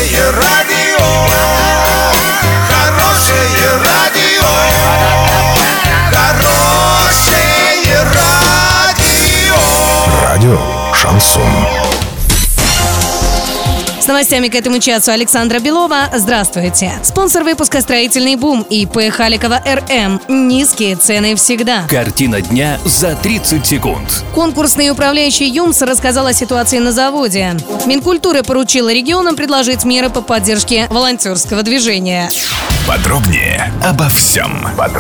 Хорошее радио, хорошее радио, хорошее радио. Радио «Шансон». С новостями к этому часу Александра Белова. Здравствуйте. Спонсор выпуска «Строительный бум» ИП Халикова РМ. Низкие цены всегда. Картина дня за 30 секунд. Конкурсный управляющий ЮМС рассказал о ситуации на заводе. Минкультуры поручила регионам предложить меры по поддержке волонтерского движения. Подробнее обо всем.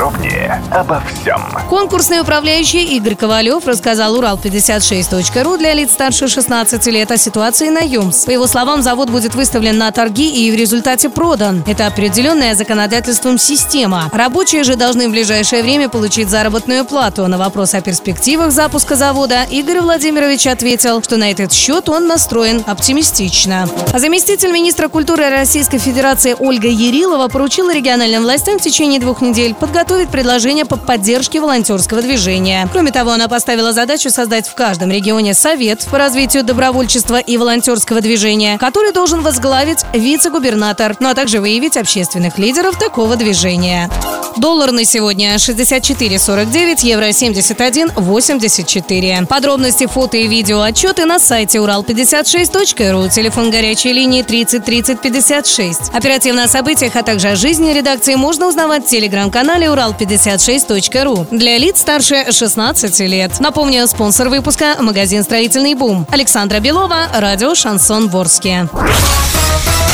Конкурсный управляющий Игорь Ковалев рассказал Урал56.ру для лиц старше 16 лет о ситуации на ЮМС. По его словам, завод будет выставлен на торги и в результате продан. Это определенная законодательством система. Рабочие же должны в ближайшее время получить заработную плату. На вопрос о перспективах запуска завода Игорь Владимирович ответил, что на этот счет он настроен оптимистично. А заместитель министра культуры Российской Федерации Ольга Ярилова поручила региональным властям в течение 2 недель подготовить предложение по поддержке волонтерского движения. Кроме того, она поставила задачу создать в каждом регионе совет по развитию добровольчества и волонтерского движения, который должен возглавить вице-губернатор, ну а также выявить общественных лидеров такого движения. Доллар на сегодня 64,49, евро 71,84. Подробности, фото и видео отчеты на сайте Урал56.ру, телефон горячей линии 30 30 56. Оперативно о событиях, а также о жизни редакции можно узнавать в телеграм-канале Урал56.ру для лиц старше 16 лет. Напомню, спонсор выпуска – магазин «Строительный бум». Александра Белова, радио «Шансон Ворске».